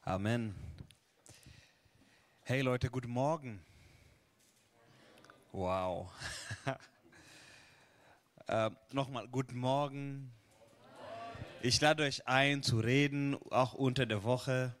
Amen. Hey Leute, guten Morgen. Wow. Nochmal, guten Morgen. Ich lade euch ein zu reden, auch unter der Woche.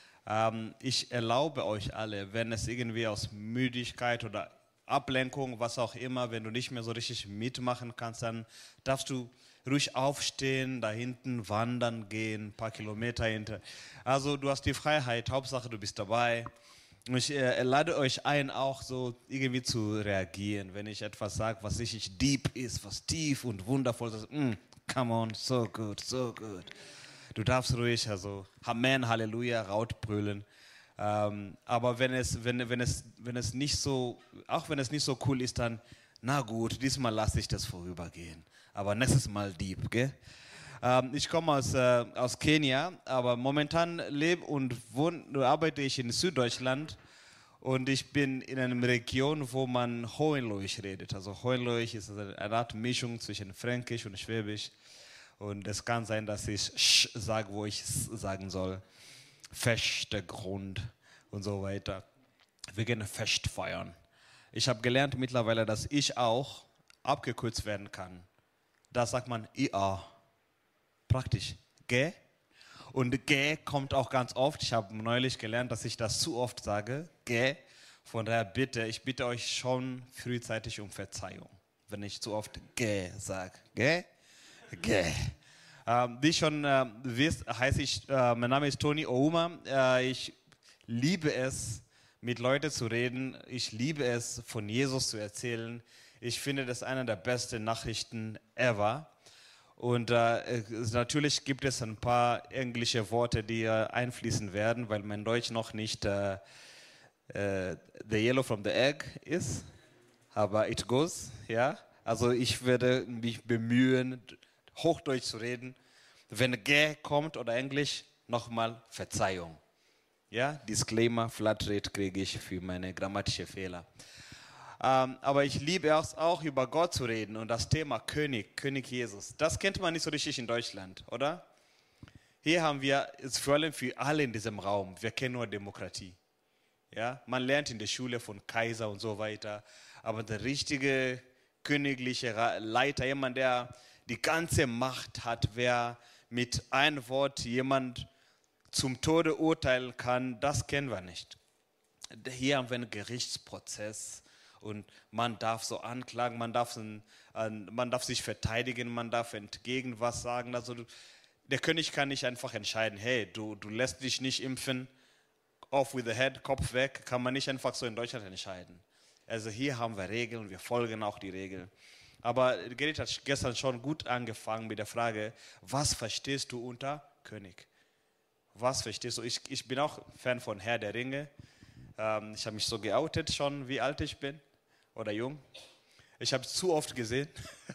Ich erlaube euch alle, wenn es irgendwie aus Müdigkeit oder Ablenkung, was auch immer, wenn du nicht mehr so richtig mitmachen kannst, dann darfst du ruhig aufstehen, da hinten wandern gehen, ein paar Kilometer hinter. Also du hast die Freiheit, Hauptsache du bist dabei. Und ich lade euch ein, auch so irgendwie zu reagieren, wenn ich etwas sage, was richtig deep ist, was tief und wundervoll ist. Come on, so gut, so gut. Du darfst ruhig, also Amen, Halleluja, laut brüllen. Aber wenn es nicht so, auch wenn es nicht so cool ist, dann, na gut, diesmal lasse ich das vorübergehen. Aber nächstes Mal deep, gell? Ich komme aus Kenia, aber momentan lebe und arbeite ich in Süddeutschland und ich bin in einer Region, wo man Hohenlohe redet. Also Hohenlohe ist eine Art Mischung zwischen Fränkisch und Schwäbisch und es kann sein, dass ich Sch sage, wo ich es sagen soll. Feste Grund und so weiter. Wir gehen Fest feiern. Ich habe gelernt mittlerweile, dass ich auch abgekürzt werden kann. Da sagt man IA. Praktisch. G. Und G kommt auch ganz oft. Ich habe neulich gelernt, dass ich das zu oft sage. G. Von daher bitte, ich bitte euch schon frühzeitig um Verzeihung, wenn ich zu oft G sage. G. G. Wie schon wisst, mein Name ist Tony Ouma. Ich liebe es, mit Leuten zu reden. Ich liebe es, von Jesus zu erzählen. Ich finde das eine der besten Nachrichten ever. Und natürlich gibt es ein paar englische Worte, die einfließen werden, weil mein Deutsch noch nicht the yellow from the egg ist. Aber it goes, ja. Also ich werde mich bemühen, Hochdeutsch zu reden. Wenn G kommt oder Englisch, nochmal Verzeihung. Ja, Disclaimer, Flatrate kriege ich für meine grammatischen Fehler. Aber ich liebe es auch, über Gott zu reden und das Thema König Jesus. Das kennt man nicht so richtig in Deutschland, oder? Hier haben wir es vor allem für alle in diesem Raum. Wir kennen nur Demokratie. Ja, man lernt in der Schule von Kaiser und so weiter. Aber der richtige königliche Leiter, jemand, der die ganze Macht hat, wer mit einem Wort jemand zum Tode urteilen kann, das kennen wir nicht. Hier haben wir einen Gerichtsprozess und man darf so anklagen, man darf sich verteidigen, man darf entgegen was sagen. Also der König kann nicht einfach entscheiden, hey, du lässt dich nicht impfen, off with the head, Kopf weg, kann man nicht einfach so in Deutschland entscheiden. Also hier haben wir Regeln und wir folgen auch die Regeln. Aber Gerrit hat gestern schon gut angefangen mit der Frage, was verstehst du unter König? Was verstehst du? Ich bin auch Fan von Herr der Ringe. Ich habe mich so geoutet schon, wie alt ich bin oder jung. Ich habe es zu oft gesehen.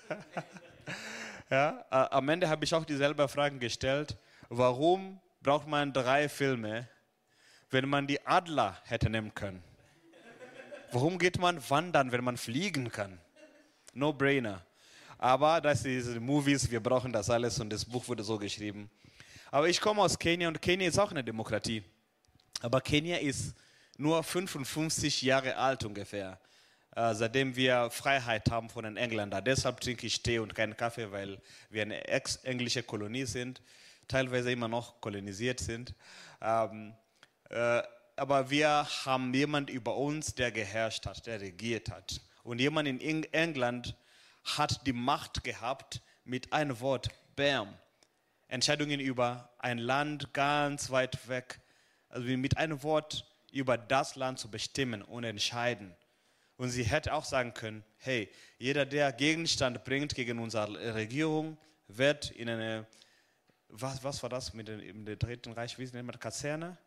Ja, am Ende habe ich auch dieselben Fragen gestellt. Warum braucht man 3 Filme, wenn man die Adler hätte nehmen können? Warum geht man wandern, wenn man fliegen kann? No-brainer. Aber das sind diese Movies, wir brauchen das alles und das Buch wurde so geschrieben. Aber ich komme aus Kenia und Kenia ist auch eine Demokratie. Aber Kenia ist nur 55 Jahre alt ungefähr, seitdem wir Freiheit haben von den Engländern. Deshalb trinke ich Tee und keinen Kaffee, weil wir eine ex-englische Kolonie sind, teilweise immer noch kolonisiert sind. Aber wir haben jemanden über uns, der geherrscht hat, der regiert hat. Und jemand in England hat die Macht gehabt mit einem Wort, Bam. Entscheidungen über ein Land ganz weit weg, also mit einem Wort über das Land zu bestimmen und entscheiden. Und sie hätte auch sagen können, hey, jeder, der Gegenstand bringt gegen unsere Regierung, wird in eine, was war das mit dem Dritten Reich, wie nennt man das, Kaserne?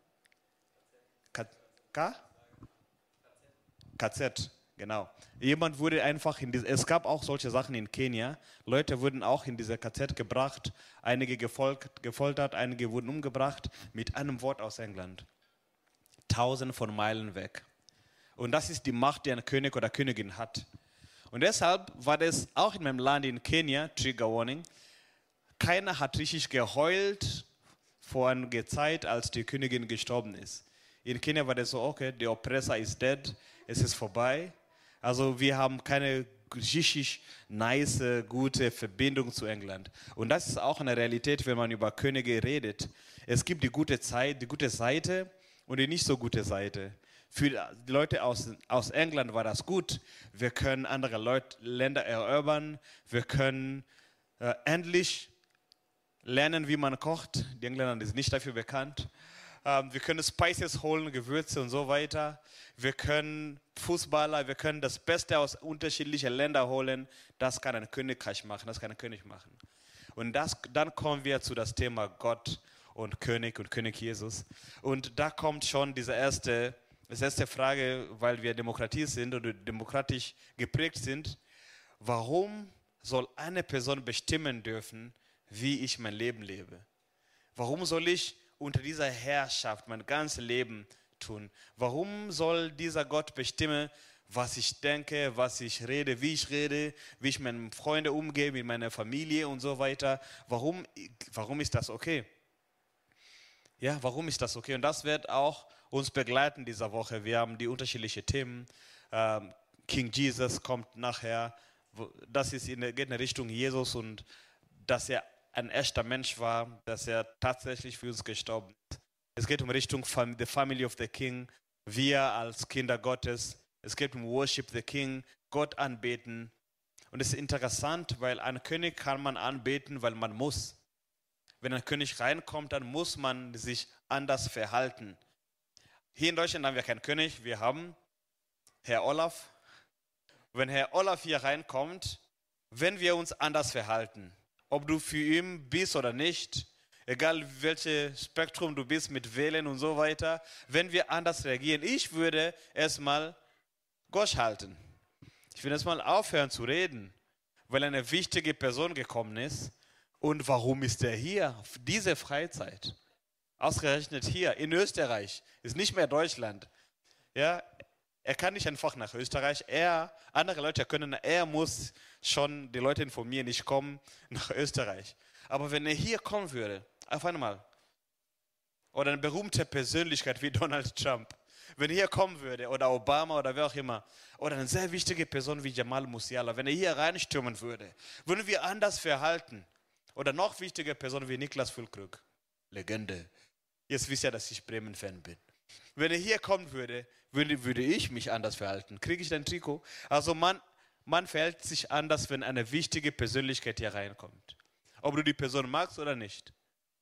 KZ, genau. Jemand wurde einfach es gab auch solche Sachen in Kenia. Leute wurden auch in diese KZ gebracht, einige gefoltert, einige wurden umgebracht mit einem Wort aus England. Tausende von Meilen weg. Und das ist die Macht, die ein König oder Königin hat. Und deshalb war das auch in meinem Land in Kenia, Trigger Warning, keiner hat richtig geheult vor einer Zeit, als die Königin gestorben ist. In Kenia war das so, okay, der Oppressor ist dead, es ist vorbei. Also wir haben keine richtig nice, gute Verbindung zu England. Und das ist auch eine Realität, wenn man über Könige redet. Es gibt die gute Zeit, die gute Seite und die nicht so gute Seite. Für die Leute aus England war das gut. Wir können andere Länder erobern. Wir können endlich lernen, wie man kocht. Die Engländer sind nicht dafür bekannt. Wir können Spices holen, Gewürze und so weiter. Wir können Fußballer, wir können das Beste aus unterschiedlichen Ländern holen. Das kann ein Königreich machen, das kann ein König machen. Und dann kommen wir zu das Thema Gott und König Jesus. Und da kommt schon diese erste Frage, weil wir Demokratie sind oder demokratisch geprägt sind. Warum soll eine Person bestimmen dürfen, wie ich mein Leben lebe? Warum soll ich unter dieser Herrschaft mein ganzes Leben tun? Warum soll dieser Gott bestimmen, was ich denke, was ich rede, wie ich mit meinen Freunden umgehe, mit meiner Familie und so weiter? Warum ist das okay? Ja, warum ist das okay? Und das wird auch uns begleiten dieser Woche. Wir haben die unterschiedlichen Themen. King Jesus kommt nachher. Das geht in der Richtung Jesus und dass er ein echter Mensch war, dass er tatsächlich für uns gestorben ist. Es geht um Richtung the Family of the King, wir als Kinder Gottes. Es geht um Worship the King, Gott anbeten. Und es ist interessant, weil einen König kann man anbeten, weil man muss. Wenn ein König reinkommt, dann muss man sich anders verhalten. Hier in Deutschland haben wir keinen König, wir haben Herr Olaf. Wenn Herr Olaf hier reinkommt, wenn wir uns anders verhalten, ob du für ihn bist oder nicht, egal welches Spektrum du bist mit Wählen und so weiter, wenn wir anders reagieren, ich würde erstmal Gosch halten. Ich würde erstmal aufhören zu reden, weil eine wichtige Person gekommen ist. Und warum ist er hier? Diese Freizeit. Ausgerechnet hier in Österreich, ist nicht mehr Deutschland. Ja, er kann nicht einfach nach Österreich. Andere Leute können, er muss schon die Leute informieren, ich komme nach Österreich. Aber wenn er hier kommen würde, auf einmal, oder eine berühmte Persönlichkeit wie Donald Trump, wenn er hier kommen würde, oder Obama oder wer auch immer, oder eine sehr wichtige Person wie Jamal Musiala, wenn er hier reinstürmen würde, würden wir anders verhalten. Oder noch wichtige Personen wie Niklas Füllkrug, Legende. Jetzt wisst ihr, dass ich Bremen-Fan bin. Wenn er hier kommen würde, würde ich mich anders verhalten. Kriege ich dein Trikot? Also man verhält sich anders, wenn eine wichtige Persönlichkeit hier reinkommt. Ob du die Person magst oder nicht.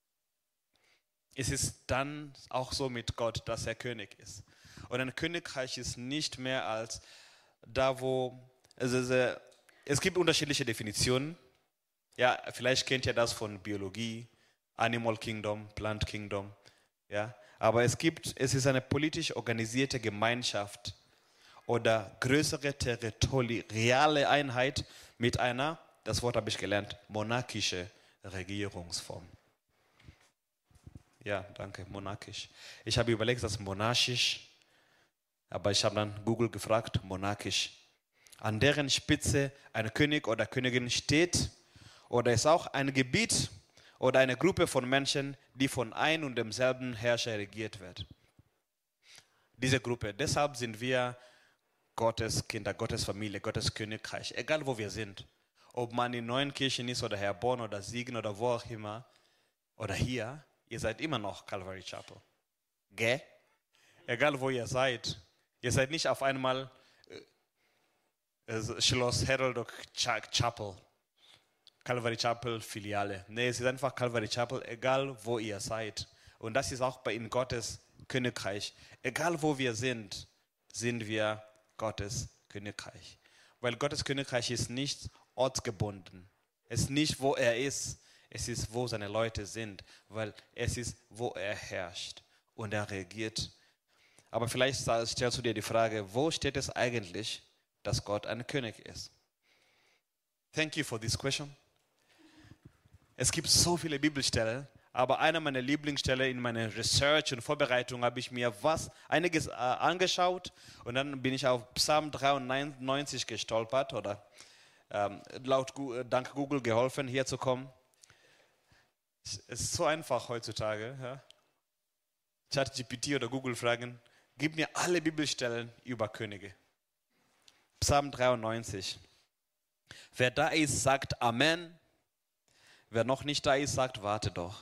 Es ist dann auch so mit Gott, dass er König ist. Und ein Königreich ist nicht mehr als da, wo... es gibt unterschiedliche Definitionen. Ja, vielleicht kennt ihr das von Biologie, Animal Kingdom, Plant Kingdom. Ja, aber es ist eine politisch organisierte Gemeinschaft oder größere territoriale Einheit mit einer, das Wort habe ich gelernt, monarchische Regierungsform. Ja, danke, monarchisch. Ich habe überlegt, das monarchisch, aber ich habe dann Google gefragt, monarchisch. An deren Spitze ein König oder Königin steht oder ist auch ein Gebiet oder eine Gruppe von Menschen, die von ein und demselben Herrscher regiert wird. Diese Gruppe, deshalb sind wir Gottes Kinder, Gottes Familie, Gottes Königreich, egal wo wir sind. Ob man in Neuenkirchen ist oder Herborn oder Siegen oder wo auch immer, oder hier, ihr seid immer noch Calvary Chapel. Gell? Egal wo ihr seid nicht auf einmal Schloss Herold Chapel. Calvary Chapel Filiale. Nee, es ist einfach Calvary Chapel, egal wo ihr seid. Und das ist auch in Gottes Königreich. Egal wo wir sind wir Gottes Königreich. Weil Gottes Königreich ist nicht ortsgebunden. Es ist nicht, wo er ist. Es ist, wo seine Leute sind. Weil es ist, wo er herrscht. Und er regiert. Aber vielleicht stellst du dir die Frage, wo steht es eigentlich, dass Gott ein König ist? Thank you for this question. Es gibt so viele Bibelstellen, aber eine meiner Lieblingsstellen in meiner Research und Vorbereitung habe ich mir einiges angeschaut und dann bin ich auf Psalm 93 gestolpert oder dank Google geholfen, hier zu kommen. Es ist so einfach heutzutage. Ja? ChatGPT oder Google fragen, gib mir alle Bibelstellen über Könige. Psalm 93. Wer da ist, sagt Amen. Wer noch nicht da ist, sagt, warte doch.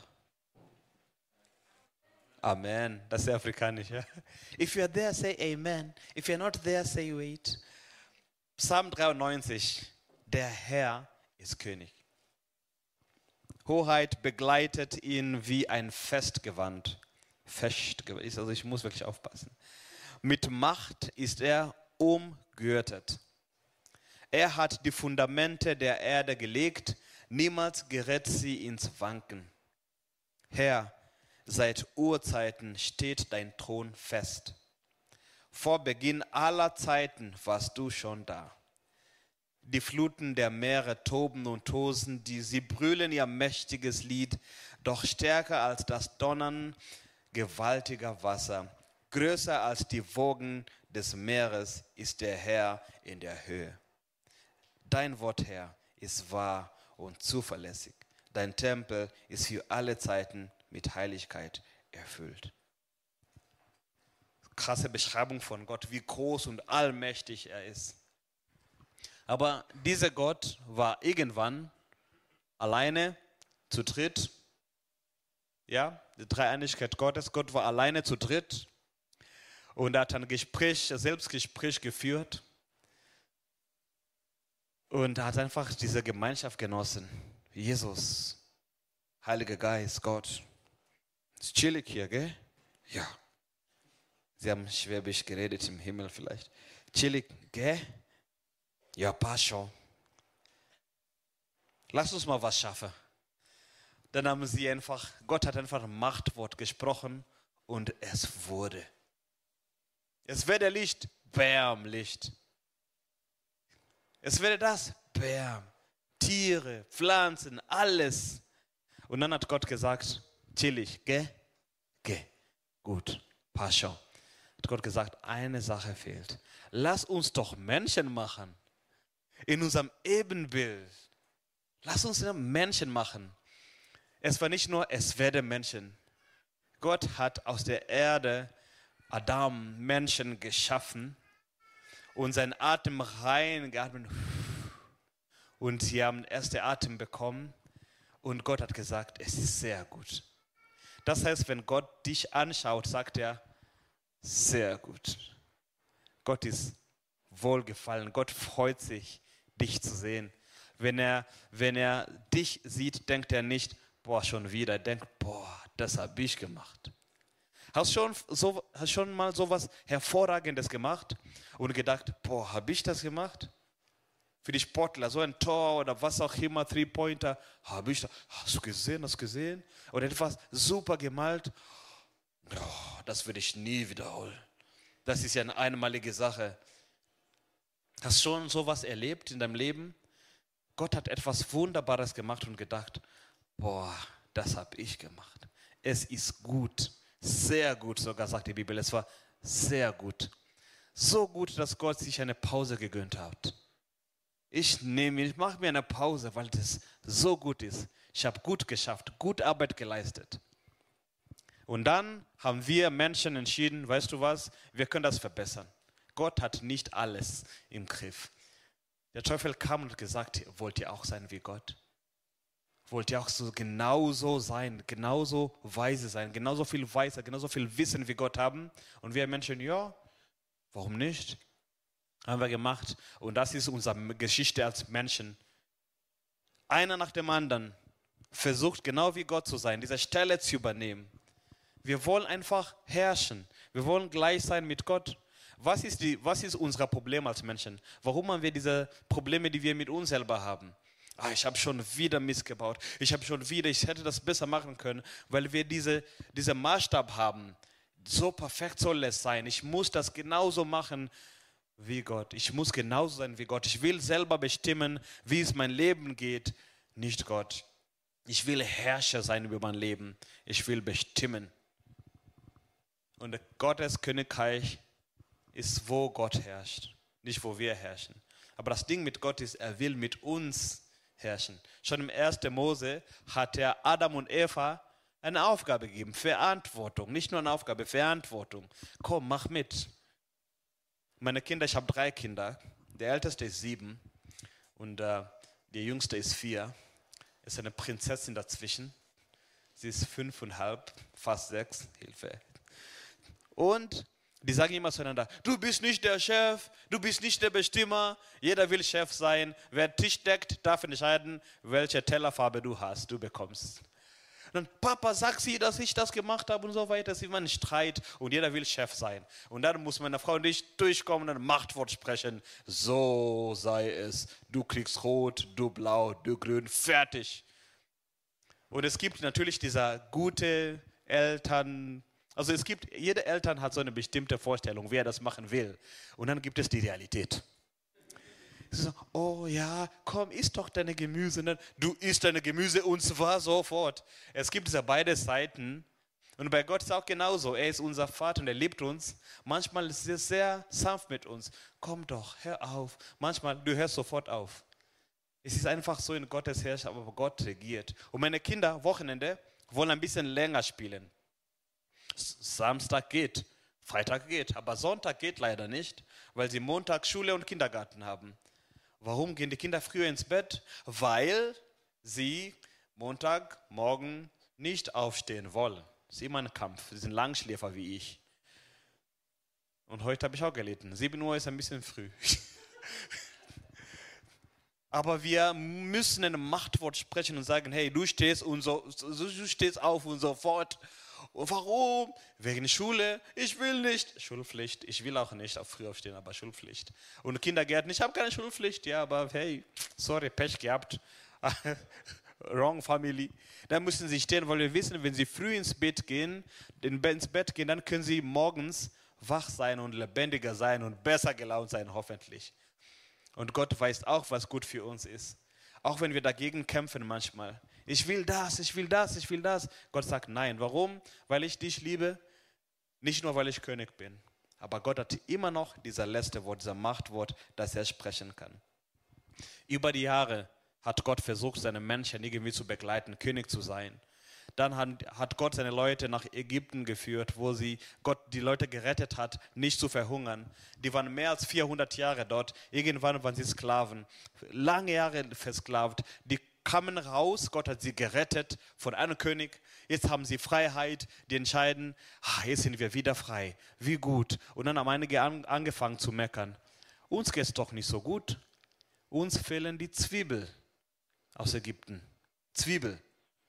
Amen. Das ist afrikanisch. Ja? If you're there, say Amen. If you're not there, say wait. Psalm 93. Der Herr ist König. Hoheit begleitet ihn wie ein Festgewand. Also ich muss wirklich aufpassen. Mit Macht ist er umgürtet. Er hat die Fundamente der Erde gelegt. Niemals gerät sie ins Wanken. Herr, seit Urzeiten steht dein Thron fest. Vor Beginn aller Zeiten warst du schon da. Die Fluten der Meere toben und tosen, sie brüllen ihr mächtiges Lied, doch stärker als das Donnern gewaltiger Wasser. Größer als die Wogen des Meeres ist der Herr in der Höhe. Dein Wort, Herr, ist wahr und zuverlässig. Dein Tempel ist für alle Zeiten mit Heiligkeit erfüllt. Krasse Beschreibung von Gott, wie groß und allmächtig er ist. Aber dieser Gott war irgendwann alleine, zu dritt. Ja, die Dreieinigkeit Gottes. Gott war alleine zu dritt und er hat ein Selbstgespräch geführt und hat einfach diese Gemeinschaft genossen. Jesus, Heiliger Geist, Gott. Ist chillig hier, gell? Ja. Sie haben Schwäbisch geredet im Himmel vielleicht. Chillig, gell? Ja, passt schon. Lass uns mal was schaffen. Dann haben sie einfach, Gott hat einfach ein Machtwort gesprochen und es wurde. Es werde Licht, bam, Licht. Es werde das, bam. Tiere, Pflanzen, alles. Und dann hat Gott gesagt, chillig, geh, geh. Gut, passt schon. Hat Gott gesagt, eine Sache fehlt. Lass uns doch Menschen machen. In unserem Ebenbild. Lass uns Menschen machen. Es war nicht nur, es werde Menschen. Gott hat aus der Erde Adam, Menschen geschaffen und seinen Atem reingeatmet. Und sie haben erste Atem bekommen und Gott hat gesagt, es ist sehr gut. Das heißt, wenn Gott dich anschaut, sagt er, sehr gut. Gott ist wohlgefallen. Gott freut sich, dich zu sehen. Wenn er dich sieht, denkt er nicht, boah, schon wieder. Er denkt, boah, das habe ich gemacht. Hast schon mal sowas Hervorragendes gemacht und gedacht, boah, habe ich das gemacht? Für die Sportler, so ein Tor oder was auch immer, Three-Pointer, habe ich das, hast du gesehen? Oder etwas super gemalt, oh, das würde ich nie wiederholen. Das ist ja eine einmalige Sache. Hast du schon sowas erlebt in deinem Leben? Gott hat etwas Wunderbares gemacht und gedacht, boah, das habe ich gemacht. Es ist gut, sehr gut sogar, sagt die Bibel. Es war sehr gut. So gut, dass Gott sich eine Pause gegönnt hat. Ich mache mir eine Pause, weil das so gut ist. Ich habe gut geschafft, gut Arbeit geleistet. Und dann haben wir Menschen entschieden, weißt du was, wir können das verbessern. Gott hat nicht alles im Griff. Der Teufel kam und hat gesagt, wollt ihr auch sein wie Gott? Wollt ihr auch so genauso sein, genauso weise sein, genauso viel Weisheit, genauso viel Wissen wie Gott haben? Und wir Menschen, ja, warum nicht? Haben wir gemacht. Und das ist unsere Geschichte als Menschen. Einer nach dem anderen versucht genau wie Gott zu sein, diese Stelle zu übernehmen. Wir wollen einfach herrschen. Wir wollen gleich sein mit Gott. Was ist unser Problem als Menschen? Warum haben wir diese Probleme, die wir mit uns selber haben? Ich habe schon wieder Mist gebaut. Ich hätte das besser machen können, weil wir diese Maßstab haben. So perfekt soll es sein. Ich muss das genauso machen wie Gott. Ich muss genauso sein wie Gott. Ich will selber bestimmen, wie es mein Leben geht, nicht Gott. Ich will Herrscher sein über mein Leben. Ich will bestimmen. Und Gottes Königreich ist, wo Gott herrscht, nicht wo wir herrschen. Aber das Ding mit Gott ist, er will mit uns herrschen. Schon im 1. Mose hat er Adam und Eva eine Aufgabe gegeben, Verantwortung. Nicht nur eine Aufgabe, Verantwortung. Komm, mach mit. Meine Kinder, ich habe 3 Kinder. Der älteste ist 7 und der jüngste ist 4. Ist eine Prinzessin dazwischen. Sie ist 5,5, fast 6. Hilfe. Und die sagen immer zueinander, du bist nicht der Chef, du bist nicht der Bestimmer. Jeder will Chef sein. Wer Tisch deckt, darf entscheiden, welche Tellerfarbe du hast, du bekommst. Und dann, Papa, sag sie, dass ich das gemacht habe und so weiter. Es ist immer ein Streit und jeder will Chef sein. Und dann muss meine Frau und ich durchkommen und ein Machtwort sprechen. So sei es. Du kriegst rot, du blau, du grün, fertig. Und es gibt natürlich diese gute Eltern, also jede Eltern hat so eine bestimmte Vorstellung, wer das machen will. Und dann gibt es die Realität. So, oh ja, komm, iss doch deine Gemüse. Du isst deine Gemüse und zwar sofort. Es gibt diese beide Seiten. Und bei Gott ist es auch genauso. Er ist unser Vater und er liebt uns. Manchmal ist er sehr sanft mit uns. Komm doch, hör auf. Manchmal, du hörst sofort auf. Es ist einfach so in Gottes Herrschaft, aber Gott regiert. Und meine Kinder, Wochenende, wollen ein bisschen länger spielen. Samstag geht, Freitag geht, aber Sonntag geht leider nicht, weil sie Montag Schule und Kindergarten haben. Warum gehen die Kinder früher ins Bett? Weil sie Montagmorgen nicht aufstehen wollen. Das ist immer ein Kampf. Sie sind Langschläfer wie ich. Und heute habe ich auch gelitten. 7 Uhr ist ein bisschen früh. Aber wir müssen ein Machtwort sprechen und sagen, hey, du stehst auf und sofort. Und warum? Wegen Schule. Ich will nicht. Schulpflicht. Ich will auch nicht auf früh aufstehen, aber Schulpflicht. Und Kindergärten. Ich habe keine Schulpflicht. Ja, aber hey, sorry, Pech gehabt. Wrong family. Dann müssen sie stehen, weil wir wissen, wenn sie früh ins Bett gehen, dann können sie morgens wach sein und lebendiger sein und besser gelaunt sein, hoffentlich. Und Gott weiß auch, was gut für uns ist. Auch wenn wir dagegen kämpfen manchmal. Ich will das, ich will das, ich will das. Gott sagt nein. Warum? Weil ich dich liebe. Nicht nur, weil ich König bin. Aber Gott hat immer noch dieser letzte Wort, dieser Machtwort, das er sprechen kann. Über die Jahre hat Gott versucht, seine Menschen irgendwie zu begleiten, König zu sein. Dann hat Gott seine Leute nach Ägypten geführt, wo Gott die Leute gerettet hat, nicht zu verhungern. Die waren mehr als 400 Jahre dort. Irgendwann waren sie Sklaven, lange Jahre versklavt. Die kamen raus, Gott hat sie gerettet von einem König. Jetzt haben sie Freiheit, die entscheiden, jetzt sind wir wieder frei, wie gut. Und dann haben einige angefangen zu meckern. Uns geht es doch nicht so gut. Uns fehlen die Zwiebel aus Ägypten. Zwiebel,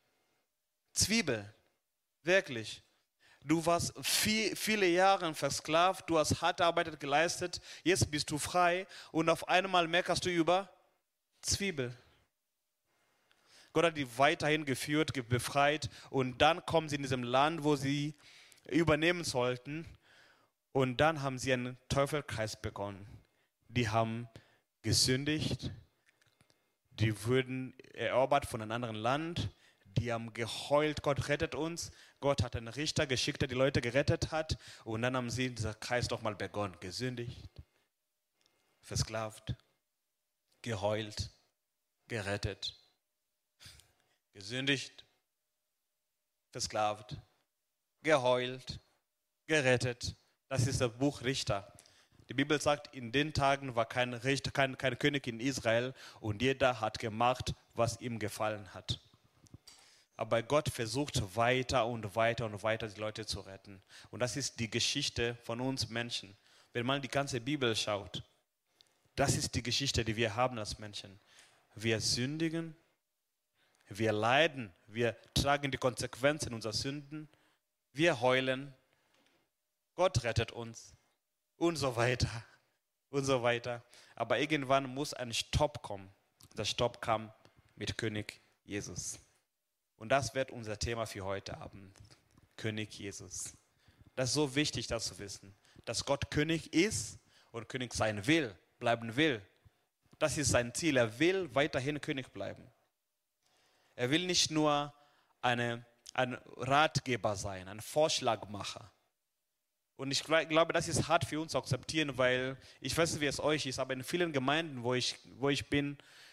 wirklich. Du warst viele Jahre versklavt, du hast harte Arbeit geleistet, jetzt bist du frei und auf einmal meckerst du über Zwiebel. Gott hat die weiterhin geführt, befreit und dann kommen sie in diesem Land, wo sie übernehmen sollten und dann haben sie einen Teufelskreis begonnen. Die haben gesündigt, die wurden erobert von einem anderen Land. Die haben geheult, Gott rettet uns. Gott hat einen Richter geschickt, der die Leute gerettet hat. Und dann haben sie dieser Kreis nochmal begonnen. Gesündigt, versklavt, geheult, gerettet. Gesündigt, versklavt, geheult, gerettet. Das ist das Buch Richter. Die Bibel sagt, in den Tagen war kein Richter, kein König in Israel und jeder hat gemacht, was ihm gefallen hat. Aber Gott versucht weiter und weiter und weiter die Leute zu retten. Und das ist die Geschichte von uns Menschen. Wenn man die ganze Bibel schaut, das ist die Geschichte, die wir haben als Menschen. Wir sündigen, wir leiden, wir tragen die Konsequenzen unserer Sünden, wir heulen, Gott rettet uns und so weiter und so weiter. Aber irgendwann muss ein Stopp kommen. Der Stopp kam mit König Jesus. Und das wird unser Thema für heute Abend. König Jesus. Das ist so wichtig, das zu wissen. Dass Gott König ist und König sein will, bleiben will. Das ist sein Ziel. Er will weiterhin König bleiben. Er will nicht nur ein Ratgeber sein, ein Vorschlagmacher. Und ich glaube, das ist hart für uns zu akzeptieren, weil ich weiß nicht, wie es euch ist, aber in vielen Gemeinden, wo ich bin,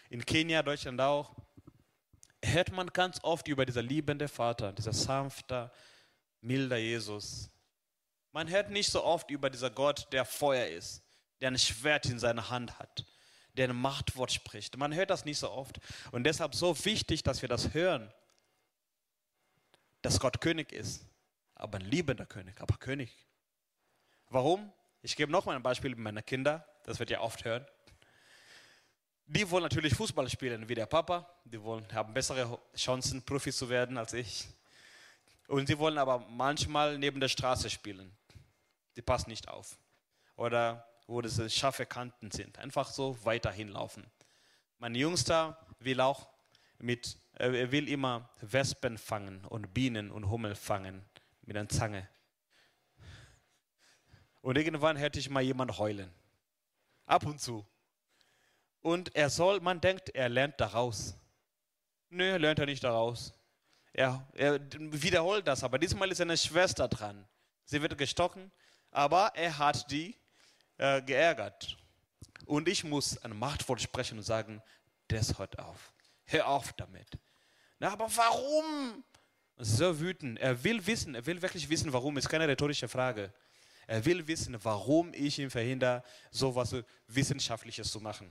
in Kenia, Deutschland auch, hört man ganz oft über dieser liebende Vater, dieser sanfte, milder Jesus. Man hört nicht so oft über dieser Gott, der Feuer ist, der ein Schwert in seiner Hand hat, der ein Machtwort spricht. Man hört das nicht so oft. Und deshalb so wichtig, dass wir das hören, dass Gott König ist, aber ein liebender König, aber König. Warum? Ich gebe noch mal ein Beispiel mit meinen Kindern, das wird ihr oft hören. Die wollen natürlich Fußball spielen wie der Papa, haben bessere Chancen, Profi zu werden als ich. Und sie wollen aber manchmal neben der Straße spielen. Die passen nicht auf. Oder wo diese scharfe Kanten sind. Einfach so weiterhin laufen. Mein Jüngster will auch er will immer Wespen fangen und Bienen und Hummel fangen mit einer Zange. Und irgendwann hätte ich mal jemand heulen. Ab und zu. Und man denkt, er lernt daraus. Nö, lernt er nicht daraus. Er wiederholt das, aber diesmal ist seine Schwester dran. Sie wird gestochen, aber er hat die geärgert. Und ich muss ein Machtwort sprechen und sagen, das hört auf. Hör auf damit. Na, aber warum? So wütend. Er will wirklich wissen, warum. Ist keine rhetorische Frage. Er will wissen, warum ich ihn verhindere, so etwas Wissenschaftliches zu machen.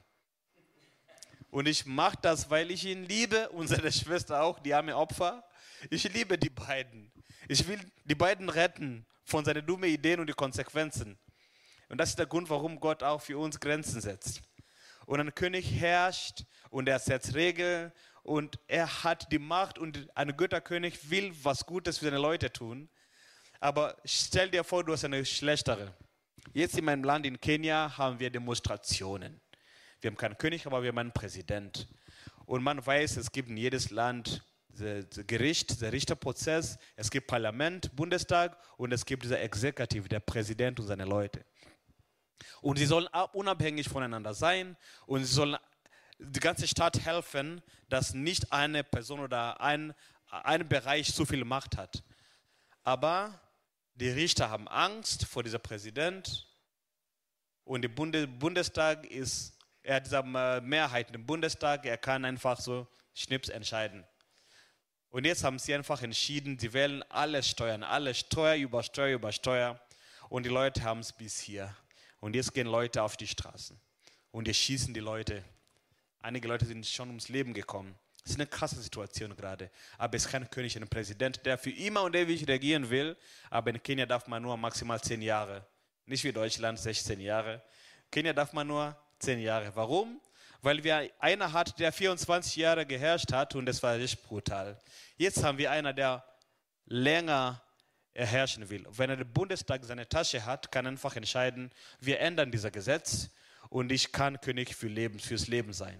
Und ich mache das, weil ich ihn liebe, unsere Schwester auch, die arme Opfer. Ich liebe die beiden. Ich will die beiden retten von seinen dummen Ideen und die Konsequenzen. Und das ist der Grund, warum Gott auch für uns Grenzen setzt. Und ein König herrscht und er setzt Regeln und er hat die Macht und ein Götterkönig will was Gutes für seine Leute tun. Aber stell dir vor, du hast eine schlechtere. Jetzt in meinem Land, in Kenia, haben wir Demonstrationen. Wir haben keinen König, aber wir haben einen Präsident. Und man weiß, es gibt in jedes Land das Gericht, der Richterprozess, es gibt Parlament, Bundestag und es gibt dieser Executive, der Präsident und seine Leute. Und sie sollen unabhängig voneinander sein und sie sollen die ganze Stadt helfen, dass nicht eine Person oder ein Bereich zu viel Macht hat. Aber die Richter haben Angst vor diesem Präsident und der Bundestag er hat diese Mehrheit im Bundestag, er kann einfach so schnips entscheiden. Und jetzt haben sie einfach entschieden, sie wählen alle Steuer über Steuer über Steuer und die Leute haben es bis hier. Und jetzt gehen Leute auf die Straßen und die schießen die Leute. Einige Leute sind schon ums Leben gekommen. Das ist eine krasse Situation gerade. Aber es ist kein König, ein Präsident, der für immer und ewig regieren will. Aber in Kenia darf man nur maximal 10 Jahre. Nicht wie Deutschland 16 Jahre. Kenia darf man nur 10 Jahre. Warum? Weil wir einer hat, der 24 Jahre geherrscht hat und das war richtig brutal. Jetzt haben wir einer, der länger herrschen will. Wenn der Bundestag seine Tasche hat, kann er einfach entscheiden, wir ändern dieses Gesetz und ich kann König fürs Leben sein.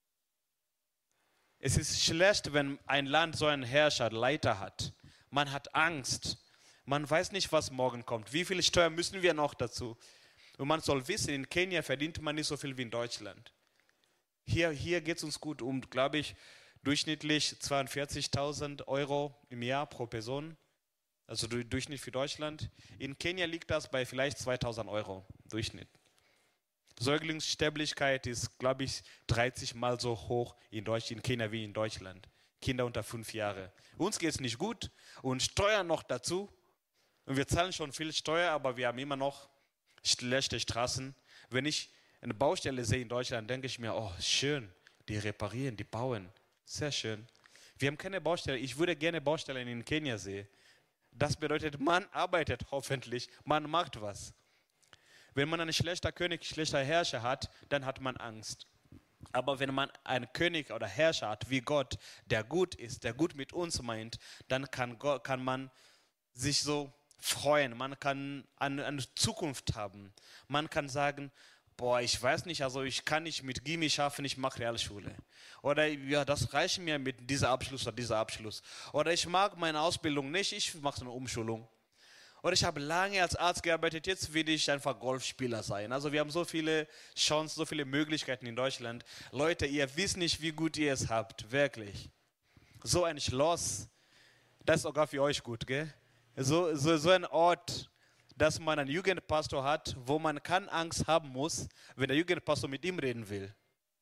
Es ist schlecht, wenn ein Land so einen Herrscher, Leiter hat. Man hat Angst. Man weiß nicht, was morgen kommt. Wie viel Steuer müssen wir noch dazu? Und man soll wissen, in Kenia verdient man nicht so viel wie in Deutschland. Hier geht es uns gut glaube ich, durchschnittlich 42.000 Euro im Jahr pro Person. Also Durchschnitt für Deutschland. In Kenia liegt das bei vielleicht 2.000 Euro Durchschnitt. Säuglingssterblichkeit ist, glaube ich, 30 Mal so hoch in Kenia wie in Deutschland. Kinder unter 5 Jahre. Uns geht es nicht gut und Steuern noch dazu. Und wir zahlen schon viel Steuer, aber wir haben immer noch schlechte Straßen. Wenn ich eine Baustelle sehe in Deutschland, denke ich mir, oh schön, die reparieren, die bauen. Sehr schön. Wir haben keine Baustelle. Ich würde gerne Baustellen in Kenia sehen. Das bedeutet, man arbeitet hoffentlich, man macht was. Wenn man einen schlechten König, schlechter Herrscher hat, dann hat man Angst. Aber wenn man einen König oder Herrscher hat wie Gott, der gut ist, der gut mit uns meint, dann kann man sich so freuen, man kann eine Zukunft haben. Man kann sagen, boah, ich weiß nicht, also ich kann nicht mit Gimmi schaffen, ich mache Realschule. Oder ja, das reicht mir mit dieser Abschluss oder dieser Abschluss. Oder ich mag meine Ausbildung nicht, ich mache so eine Umschulung. Oder ich habe lange als Arzt gearbeitet, jetzt will ich einfach Golfspieler sein. Also wir haben so viele Chancen, so viele Möglichkeiten in Deutschland. Leute, ihr wisst nicht, wie gut ihr es habt, wirklich. So ein Schloss, das ist sogar für euch gut, gell? So ein Ort, dass man einen Jugendpastor hat, wo man keine Angst haben muss, wenn der Jugendpastor mit ihm reden will.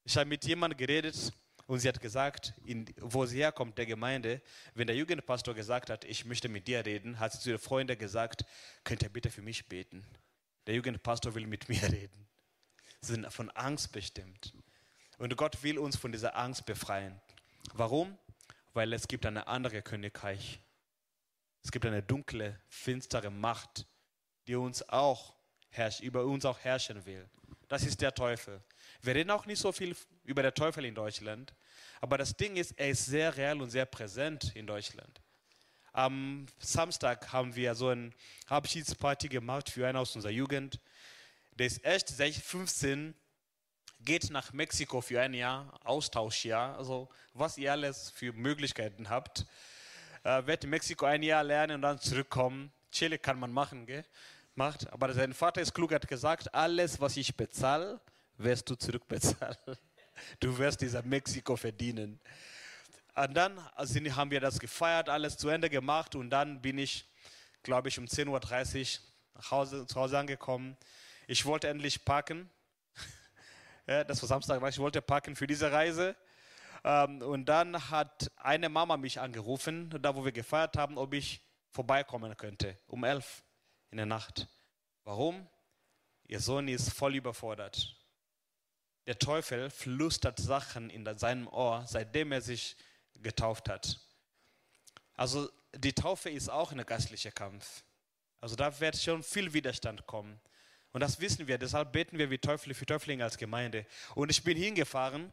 Ich habe mit jemandem geredet und sie hat gesagt, wo sie herkommt, der Gemeinde, wenn der Jugendpastor gesagt hat, ich möchte mit dir reden, hat sie zu ihren Freunden gesagt, könnt ihr bitte für mich beten? Der Jugendpastor will mit mir reden. Sie sind von Angst bestimmt. Und Gott will uns von dieser Angst befreien. Warum? Weil es gibt eine andere Königreich. Es gibt eine dunkle, finstere Macht, die uns auch über uns auch herrschen will. Das ist der Teufel. Wir reden auch nicht so viel über den Teufel in Deutschland, aber das Ding ist, er ist sehr real und sehr präsent in Deutschland. Am Samstag haben wir so eine Abschiedsparty gemacht für einen aus unserer Jugend. Der ist erst 15, geht nach Mexiko für ein Jahr, Austauschjahr, also was ihr alles für Möglichkeiten habt. Wird in Mexiko ein Jahr lernen und dann zurückkommen. Chile kann man machen, gell? Macht. Aber sein Vater ist klug, hat gesagt, alles, was ich bezahle, wirst du zurückbezahlen. Du wirst dieser Mexiko verdienen. Und dann haben wir das gefeiert, alles zu Ende gemacht und dann bin ich, glaube ich, um 10:30 Uhr zu Hause angekommen. Ich wollte endlich parken. Ja, das war Samstag, ich wollte parken für diese Reise. Und dann hat eine Mama mich angerufen, da wo wir gefeiert haben, ob ich vorbeikommen könnte, um 11 in der Nacht. Warum? Ihr Sohn ist voll überfordert. Der Teufel flüstert Sachen in seinem Ohr, seitdem er sich getauft hat. Also die Taufe ist auch ein geistlicher Kampf. Also da wird schon viel Widerstand kommen. Und das wissen wir, deshalb beten wir für Täuflinge als Gemeinde. Und ich bin hingefahren.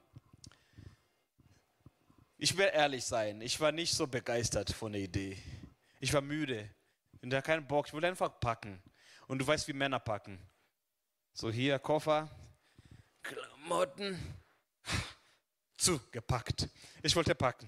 Ich will ehrlich sein, ich war nicht so begeistert von der Idee. Ich war müde und hatte keinen Bock, ich wollte einfach packen. Und du weißt, wie Männer packen. So hier, Koffer, Klamotten, zugepackt. Ich wollte packen.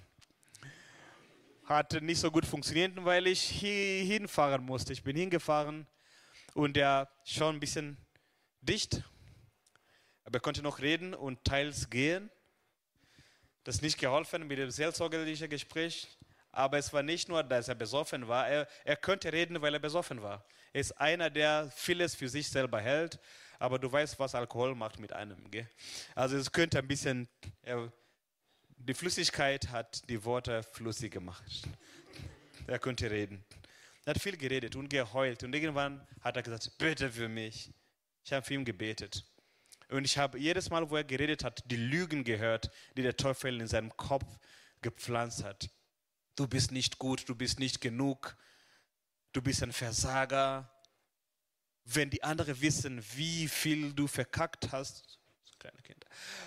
Hat nicht so gut funktioniert, weil ich hier hinfahren musste. Ich bin hingefahren und der schon ein bisschen dicht. Aber er konnte noch reden und teils gehen. Das ist nicht geholfen mit dem seelsorgerlichen Gespräch. Aber es war nicht nur, dass er besoffen war. Er könnte reden, weil er besoffen war. Er ist einer, der vieles für sich selber hält. Aber du weißt, was Alkohol macht mit einem. Gell? Also es könnte ein bisschen... Die Flüssigkeit hat die Worte flüssig gemacht. Er konnte reden. Er hat viel geredet und geheult. Und irgendwann hat er gesagt, bete für mich. Ich habe für ihn gebetet. Und ich habe jedes Mal, wo er geredet hat, die Lügen gehört, die der Teufel in seinem Kopf gepflanzt hat. Du bist nicht gut, du bist nicht genug, du bist ein Versager. Wenn die anderen wissen, wie viel du verkackt hast, kleine Kinder,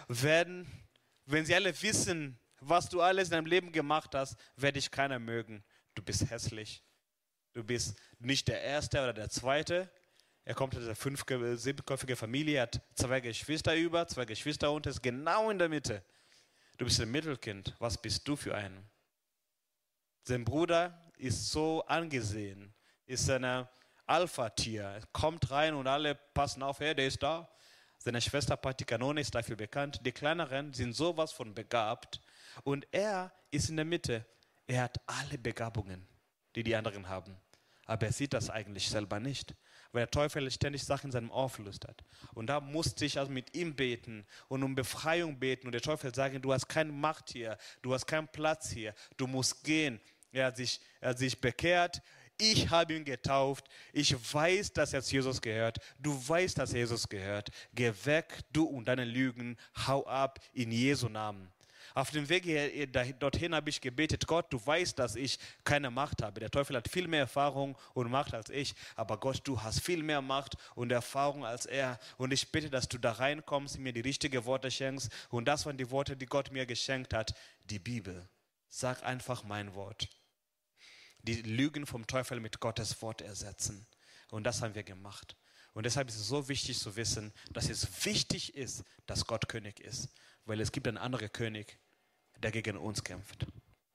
wenn sie alle wissen, was du alles in deinem Leben gemacht hast, werde dich keiner mögen. Du bist hässlich. Du bist nicht der Erste oder der Zweite. Er kommt aus einer 7-köpfigen Familie, hat 2 Geschwister über, 2 Geschwister unter, ist genau in der Mitte. Du bist ein Mittelkind. Was bist du für einen? Sein Bruder ist so angesehen, ist ein Alpha-Tier. Er kommt rein und alle passen auf, hey, der ist da. Seine Schwester Patikanone ist dafür bekannt. Die Kleineren sind sowas von begabt. Und er ist in der Mitte. Er hat alle Begabungen, die die anderen haben. Aber er sieht das eigentlich selber nicht. Weil der Teufel ständig Sachen in seinem Ohr flüstert. Und da musste ich also mit ihm beten und um Befreiung beten. Und der Teufel sagt, du hast keine Macht hier, du hast keinen Platz hier, du musst gehen. Er hat sich bekehrt. Ich habe ihn getauft. Ich weiß, dass er zu Jesus gehört. Du weißt, dass er Jesus gehört. Geh weg, du und deine Lügen. Hau ab in Jesu Namen. Auf dem Weg dorthin habe ich gebetet, Gott, du weißt, dass ich keine Macht habe. Der Teufel hat viel mehr Erfahrung und Macht als ich. Aber Gott, du hast viel mehr Macht und Erfahrung als er. Und ich bitte, dass du da reinkommst, mir die richtigen Worte schenkst. Und das waren die Worte, die Gott mir geschenkt hat. Die Bibel. Sag einfach mein Wort. Die Lügen vom Teufel mit Gottes Wort ersetzen. Und das haben wir gemacht. Und deshalb ist es so wichtig zu wissen, dass es wichtig ist, dass Gott König ist. Weil es gibt einen anderen König, der gegen uns kämpft.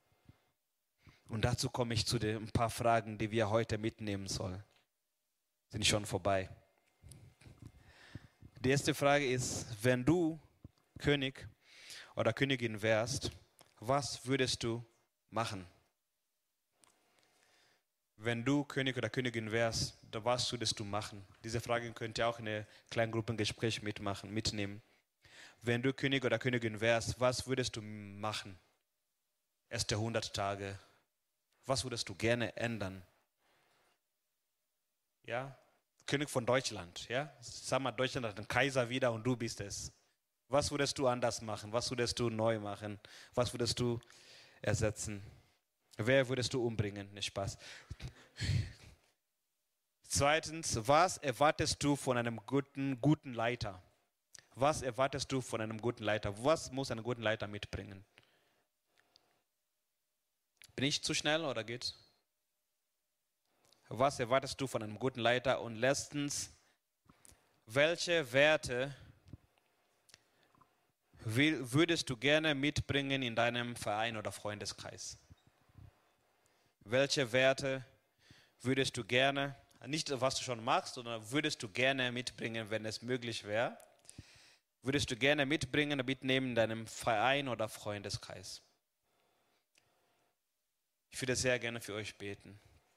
Und dazu komme ich zu den ein paar Fragen, die wir heute mitnehmen sollen. Sind schon vorbei. Die erste Frage ist, wenn du König oder Königin wärst, was würdest du machen? Wenn du König oder Königin wärst, was würdest du machen? Diese Frage könnt ihr auch in einem kleinen Gruppengespräch mitnehmen. wenn du König oder Königin wärst, was würdest du machen? Erste 100 Tage. Was würdest du gerne ändern? Ja? König von Deutschland, ja? Sag mal, Deutschland hat einen Kaiser wieder und du bist es. Was würdest du anders machen? Was würdest du neu machen? Was würdest du ersetzen? Wer würdest du umbringen? Nicht Spaß. Zweitens, was erwartest du von einem guten Leiter? Was erwartest du von einem guten Leiter? Was muss ein guter Leiter mitbringen? Bin ich zu schnell oder geht's? Was erwartest du von einem guten Leiter? Und letztens, welche Werte würdest du gerne mitbringen in deinem Verein oder Freundeskreis? Welche Werte würdest du gerne, nicht was du schon machst, sondern würdest du gerne mitbringen, wenn es möglich wäre? Würdest du gerne mitnehmen in deinem Verein oder Freundeskreis? Ich würde sehr gerne für euch beten.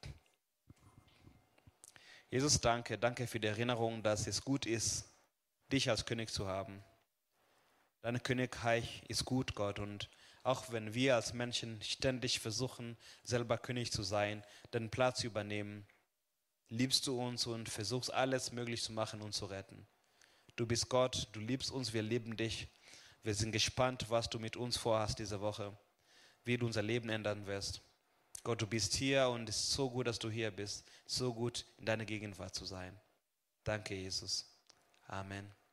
Jesus, danke für die Erinnerung, dass es gut ist, dich als König zu haben. Dein Königreich ist gut, Gott, und auch wenn wir als Menschen ständig versuchen, selber König zu sein, den Platz zu übernehmen, liebst du uns und versuchst alles möglich zu machen und zu retten. Du bist Gott, du liebst uns, wir lieben dich. Wir sind gespannt, was du mit uns vorhast diese Woche, wie du unser Leben ändern wirst. Gott, du bist hier und es ist so gut, dass du hier bist. So gut, in deiner Gegenwart zu sein. Danke, Jesus. Amen.